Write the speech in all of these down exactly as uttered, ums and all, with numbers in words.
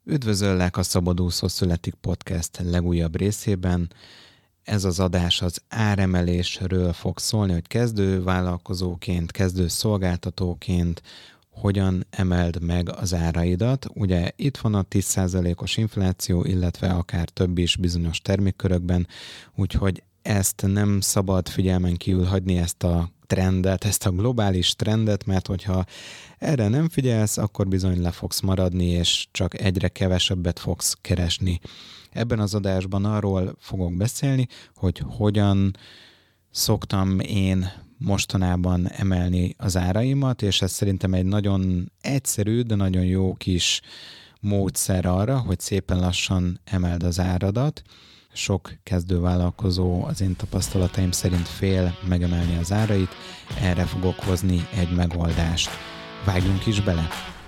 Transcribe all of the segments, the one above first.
Üdvözöllek a Szabadúszó Születik Podcast legújabb részében. Ez az adás az áremelésről fog szólni, hogy kezdő vállalkozóként, kezdő szolgáltatóként hogyan emeld meg az áraidat. Ugye itt van a tíz százalékos infláció, illetve akár több is bizonyos termékkörökben, úgyhogy ezt nem szabad figyelmen kívül hagyni, ezt a trendet, ezt a globális trendet, mert hogyha erre nem figyelsz, akkor bizony le fogsz maradni, és csak egyre kevesebbet fogsz keresni. Ebben az adásban arról fogok beszélni, hogy hogyan szoktam én mostanában emelni az áraimat, és ez szerintem egy nagyon egyszerű, de nagyon jó kis módszer arra, hogy szépen lassan emeld az áradat. Sok kezdővállalkozó az én tapasztalataim szerint fél megemelni az árait, erre fogok hozni egy megoldást. Vágjunk is bele!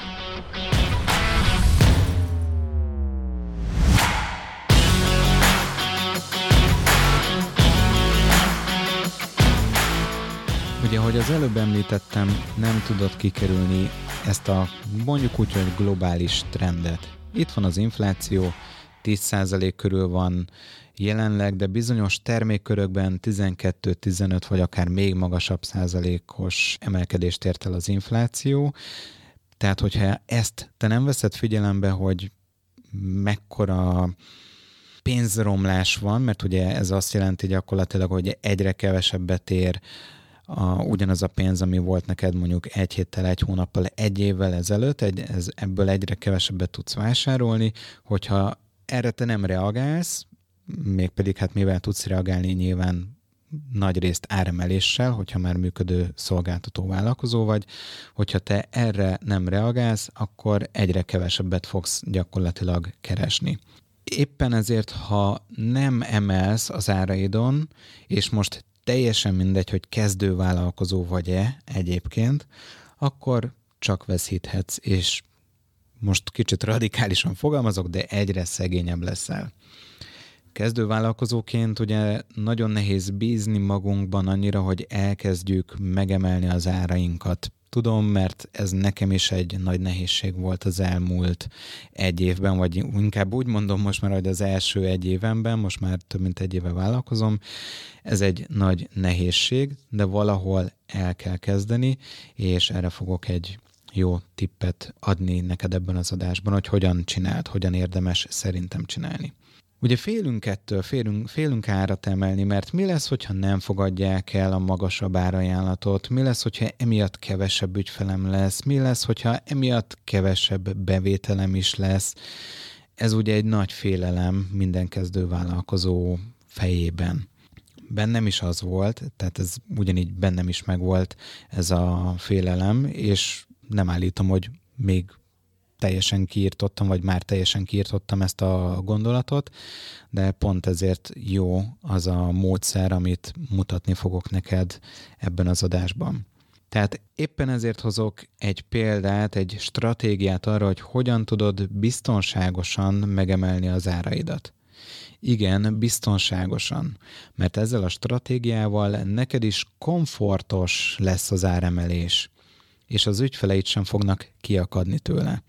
Ugye, ahogy az előbb említettem, nem tudod kikerülni ezt a mondjuk úgy, hogy globális trendet. Itt van az infláció, tíz százalék körül van jelenleg, de bizonyos termékkörökben tizenkét, tizenöt vagy akár még magasabb százalékos emelkedést ért el az infláció. Tehát, hogyha ezt te nem veszed figyelembe, hogy mekkora pénzromlás van, mert ugye ez azt jelenti gyakorlatilag, hogy egyre kevesebbet ér a, ugyanaz a pénz, ami volt neked mondjuk egy héttel, egy hónappal, egy évvel ezelőtt, egy, ez, ebből egyre kevesebbet tudsz vásárolni, hogyha erre te nem reagálsz, mégpedig hát mivel tudsz reagálni nyilván nagy részt áremeléssel, hogyha már működő szolgáltató vállalkozó vagy, hogyha te erre nem reagálsz, akkor egyre kevesebbet fogsz gyakorlatilag keresni. Éppen ezért, ha nem emelsz az áraidon, és most teljesen mindegy, hogy kezdő vállalkozó vagy-e egyébként, akkor csak veszíthetsz, és most kicsit radikálisan fogalmazok, de egyre szegényebb leszel. Kezdővállalkozóként ugye nagyon nehéz bízni magunkban annyira, hogy elkezdjük megemelni az árainkat. Tudom, mert ez nekem is egy nagy nehézség volt az elmúlt egy évben, vagy inkább úgy mondom most már, hogy az első egy évenben, most már több mint egy éve vállalkozom. Ez egy nagy nehézség, de valahol el kell kezdeni, és erre fogok egy jó tippet adni neked ebben az adásban, hogy hogyan csináld, hogyan érdemes szerintem csinálni. Ugye félünk ettől, félünk, félünk árat emelni, mert mi lesz, hogyha nem fogadják el a magasabb árajánlatot, mi lesz, hogyha emiatt kevesebb ügyfelem lesz, mi lesz, hogyha emiatt kevesebb bevételem is lesz. Ez ugye egy nagy félelem minden kezdővállalkozó fejében. Bennem is az volt, tehát ez ugyanígy bennem is megvolt ez a félelem, és nem állítom, hogy még teljesen kiirtottam, vagy már teljesen kiirtottam ezt a gondolatot, de pont ezért jó az a módszer, amit mutatni fogok neked ebben az adásban. Tehát éppen ezért hozok egy példát, egy stratégiát arra, hogy hogyan tudod biztonságosan megemelni az áraidat. Igen, biztonságosan, mert ezzel a stratégiával neked is komfortos lesz az áremelés, és az ügyfeleid sem fognak kiakadni tőle.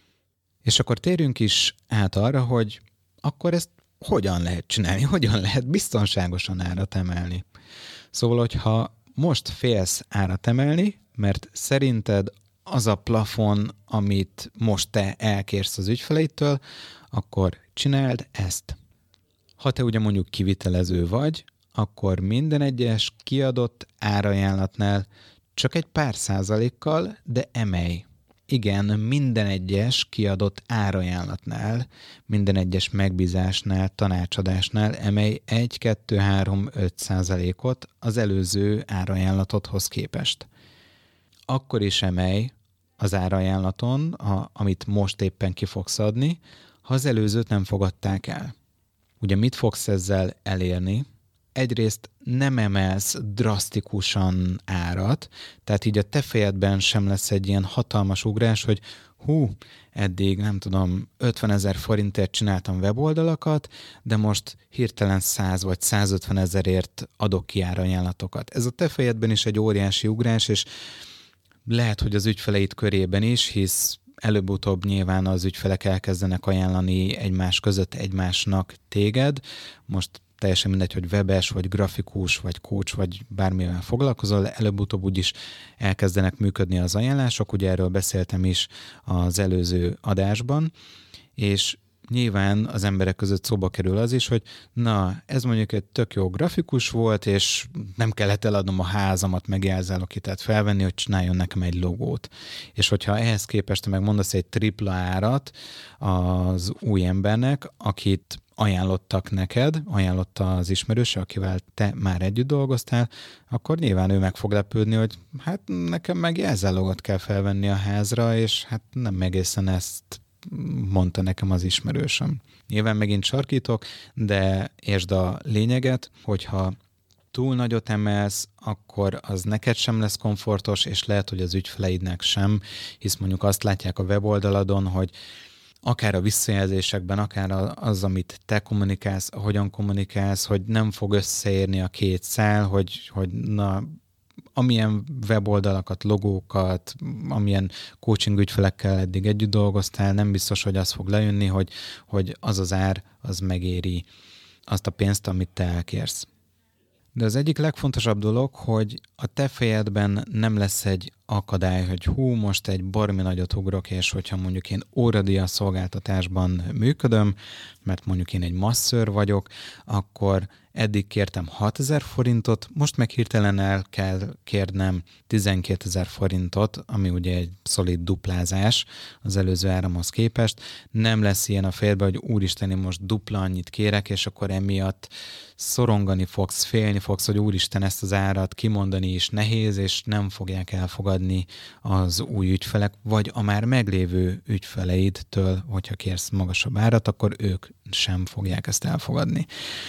És akkor térjünk is át arra, hogy akkor ezt hogyan lehet csinálni, hogyan lehet biztonságosan árat emelni. Szóval, hogyha most félsz árat emelni, mert szerinted az a plafon, amit most te elkérsz az ügyfeleidtől, akkor csináld ezt. Ha te ugye mondjuk kivitelező vagy, akkor minden egyes kiadott árajánlatnál csak egy pár százalékkal, de emelj. Igen, minden egyes kiadott árajánlatnál, minden egyes megbízásnál, tanácsadásnál emelj egy, kettő, három, öt százalékot az előző árajánlatodhoz képest. Akkor is emelj az árajánlaton, a, amit most éppen ki fogsz adni, ha az előzőt nem fogadták el. Ugye mit fogsz ezzel elérni? Egyrészt nem emelsz drasztikusan árat, tehát így a te fejedben sem lesz egy ilyen hatalmas ugrás, hogy hú, eddig nem tudom, ötvenezer forintért csináltam weboldalakat, de most hirtelen száz vagy százötven ezerért adok ki árajánlatokat. Ez a te fejedben is egy óriási ugrás, és lehet, hogy az ügyfeleid körében is, hisz előbb-utóbb nyilván az ügyfelek elkezdenek ajánlani egymás között egymásnak téged. Most teljesen mindegy, hogy webes, vagy grafikus, vagy coach, vagy bármivel foglalkozol, előbb-utóbb úgyis elkezdenek működni az ajánlások, ugye erről beszéltem is az előző adásban, és nyilván az emberek között szóba kerül az is, hogy na, ez mondjuk egy tök jó grafikus volt, és nem kellett eladnom a házamat, meg jelzáloghitet felvenni, hogy csináljon nekem egy logót. És hogyha ehhez képest meg mondasz egy tripla árat az új embernek, akit ajánlottak neked, ajánlotta az ismerőse, akivel te már együtt dolgoztál, akkor nyilván ő meg fog lepődni, hogy hát nekem meg jelzálogot kell felvenni a házra, és hát nem egészen ezt mondta nekem az ismerősöm. Nyilván megint sarkítok, de értsd a lényeget, hogyha túl nagyot emelsz, akkor az neked sem lesz komfortos, és lehet, hogy az ügyfeleidnek sem, hisz mondjuk azt látják a weboldaladon, hogy akár a visszajelzésekben, akár az, amit te kommunikálsz, hogyan kommunikálsz, hogy nem fog összeérni a két szál, hogy, hogy na, amilyen weboldalakat, logókat, amilyen coaching ügyfelekkel eddig együtt dolgoztál, nem biztos, hogy az fog lejönni, hogy, hogy az az ár, az megéri azt a pénzt, amit te elkérsz. De az egyik legfontosabb dolog, hogy a te fejedben nem lesz egy akadály, hogy hú, most egy baromi nagyot ugrok, és hogyha mondjuk én óradíjas szolgáltatásban működöm, mert mondjuk én egy masször vagyok, akkor eddig kértem hatezer forintot, most meg hirtelen el kell kérnem tizenkétezer forintot, ami ugye egy szolid duplázás az előző áramhoz képest. Nem lesz ilyen a fejedben, hogy úristen, én most dupla annyit kérek, és akkor emiatt szorongani fogsz, félni fogsz, hogy úristen, ezt az árat kimondani is nehéz, és nem fogják elfogadni az új ügyfelek, vagy a már meglévő ügyfeleidtől, hogyha kérsz magasabb árat, akkor ők sem fogják ezt elfogadni.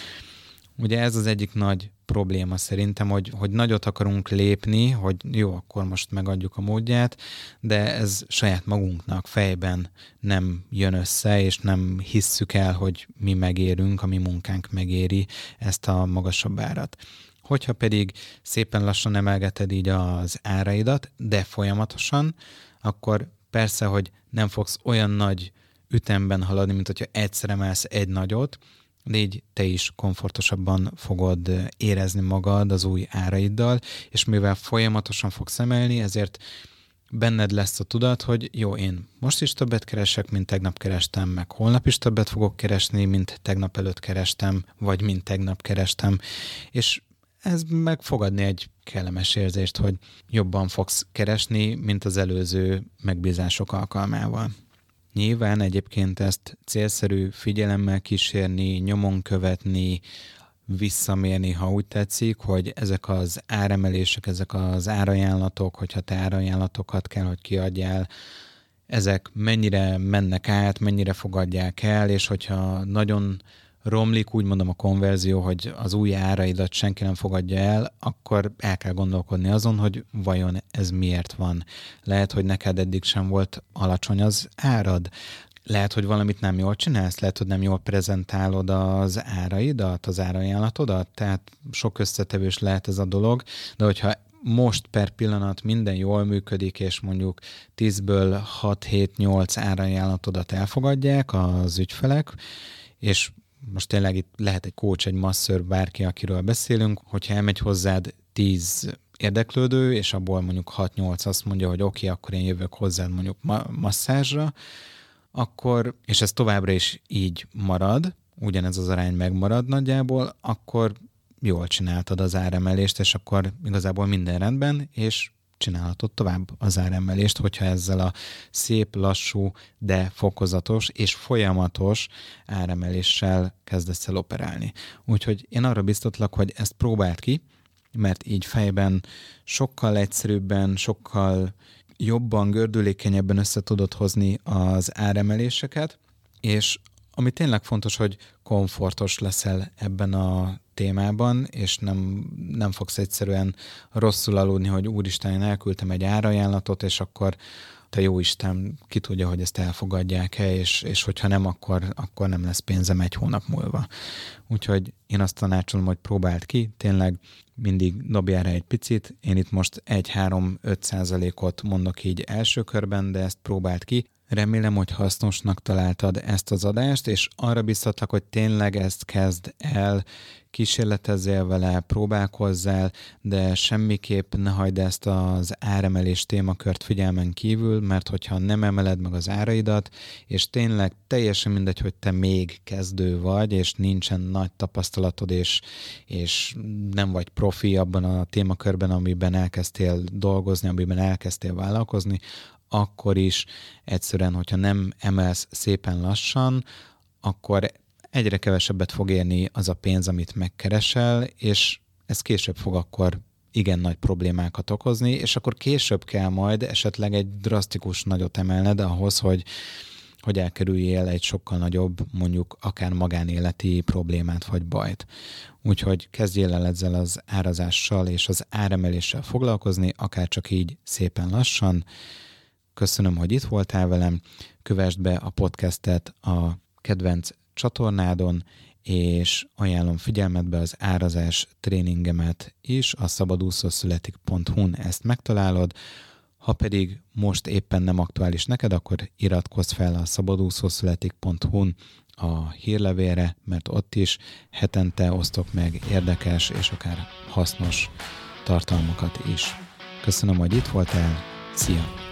Ugye ez az egyik nagy probléma szerintem, hogy, hogy nagyot akarunk lépni, hogy jó, akkor most megadjuk a módját, de ez saját magunknak fejben nem jön össze, és nem hisszük el, hogy mi megérünk, a mi munkánk megéri ezt a magasabb árat. Hogyha pedig szépen lassan emelgeted így az áraidat, de folyamatosan, akkor persze, hogy nem fogsz olyan nagy ütemben haladni, mint hogyha egyszer emelsz egy nagyot, de így te is komfortosabban fogod érezni magad az új áraiddal, és mivel folyamatosan fogsz emelni, ezért benned lesz a tudat, hogy jó, én most is többet keresek, mint tegnap kerestem, meg holnap is többet fogok keresni, mint tegnap előtt kerestem, vagy mint tegnap kerestem, és ez meg fog adni egy kellemes érzést, hogy jobban fogsz keresni, mint az előző megbízások alkalmával. Nyilván egyébként ezt célszerű figyelemmel kísérni, nyomon követni, visszamérni, ha úgy tetszik, hogy ezek az áremelések, ezek az árajánlatok, hogyha te árajánlatokat kell, hogy kiadjál, ezek mennyire mennek át, mennyire fogadják el, és hogyha nagyon romlik, úgy mondom a konverzió, hogy az új áraidat senki nem fogadja el, akkor el kell gondolkodni azon, hogy vajon ez miért van. Lehet, hogy neked eddig sem volt alacsony az árad. Lehet, hogy valamit nem jól csinálsz, lehet, hogy nem jól prezentálod az áraidat, az árajánlatodat, tehát sok összetevős lehet ez a dolog, de hogyha most per pillanat minden jól működik, és mondjuk tízből hat hét nyolc árajánlatodat elfogadják az ügyfelek, és most tényleg itt lehet egy coach, egy masször, bárki, akiről beszélünk, hogyha elmegy hozzád tíz érdeklődő, és abból mondjuk hat nyolc azt mondja, hogy oké, okay, akkor én jövök hozzád mondjuk ma- masszázsra, akkor, és ez továbbra is így marad, ugyanez az arány megmarad nagyjából, akkor jól csináltad az áremelést, és akkor igazából minden rendben, és csinálhatod tovább az áremelést, hogyha ezzel a szép, lassú, de fokozatos és folyamatos áremeléssel kezdesz el operálni. Úgyhogy én arra biztatlak, hogy ezt próbáld ki, mert így fejben sokkal egyszerűbben, sokkal jobban, gördülékenyebben össze tudod hozni az áremeléseket, és ami tényleg fontos, hogy komfortos leszel ebben a témában, és nem, nem fogsz egyszerűen rosszul aludni, hogy úristen, én elküldtem egy árajánlatot, és akkor te jó Isten, ki tudja, hogy ezt elfogadják-e, és, és hogyha nem, akkor, akkor nem lesz pénzem egy hónap múlva. Úgyhogy én azt tanácsolom, hogy próbáld ki, tényleg mindig dobjál rá egy picit. Én itt most egy-három-öt százalékot mondok így első körben, de ezt próbáld ki. Remélem, hogy hasznosnak találtad ezt az adást, és arra biztatlak, hogy tényleg ezt kezd el, kísérletezzél vele, próbálkozzál, de semmiképp ne hagyd ezt az áremelés témakört figyelmen kívül, mert hogyha nem emeled meg az áraidat, és tényleg teljesen mindegy, hogy te még kezdő vagy, és nincsen nagy tapasztalatod, és, és nem vagy profi abban a témakörben, amiben elkezdtél dolgozni, amiben elkezdtél vállalkozni, akkor is egyszerűen, hogyha nem emelsz szépen lassan, akkor egyre kevesebbet fog érni az a pénz, amit megkeresel, és ez később fog akkor igen nagy problémákat okozni, és akkor később kell majd esetleg egy drasztikus nagyot emelned ahhoz, hogy, hogy elkerüljél egy sokkal nagyobb, mondjuk akár magánéleti problémát vagy bajt. Úgyhogy kezdjél el ezzel az árazással és az áremeléssel foglalkozni, akár csak így szépen lassan. Köszönöm, hogy itt voltál velem, kövesd be a podcastet a kedvenc csatornádon, és ajánlom figyelmetbe az árazás tréningemet is, a szabadúszószületik pont hu-n ezt megtalálod. Ha pedig most éppen nem aktuális neked, akkor iratkozz fel a szabadúszószületik pont hu-n a hírlevélre, mert ott is hetente osztok meg érdekes és akár hasznos tartalmakat is. Köszönöm, hogy itt voltál, szia!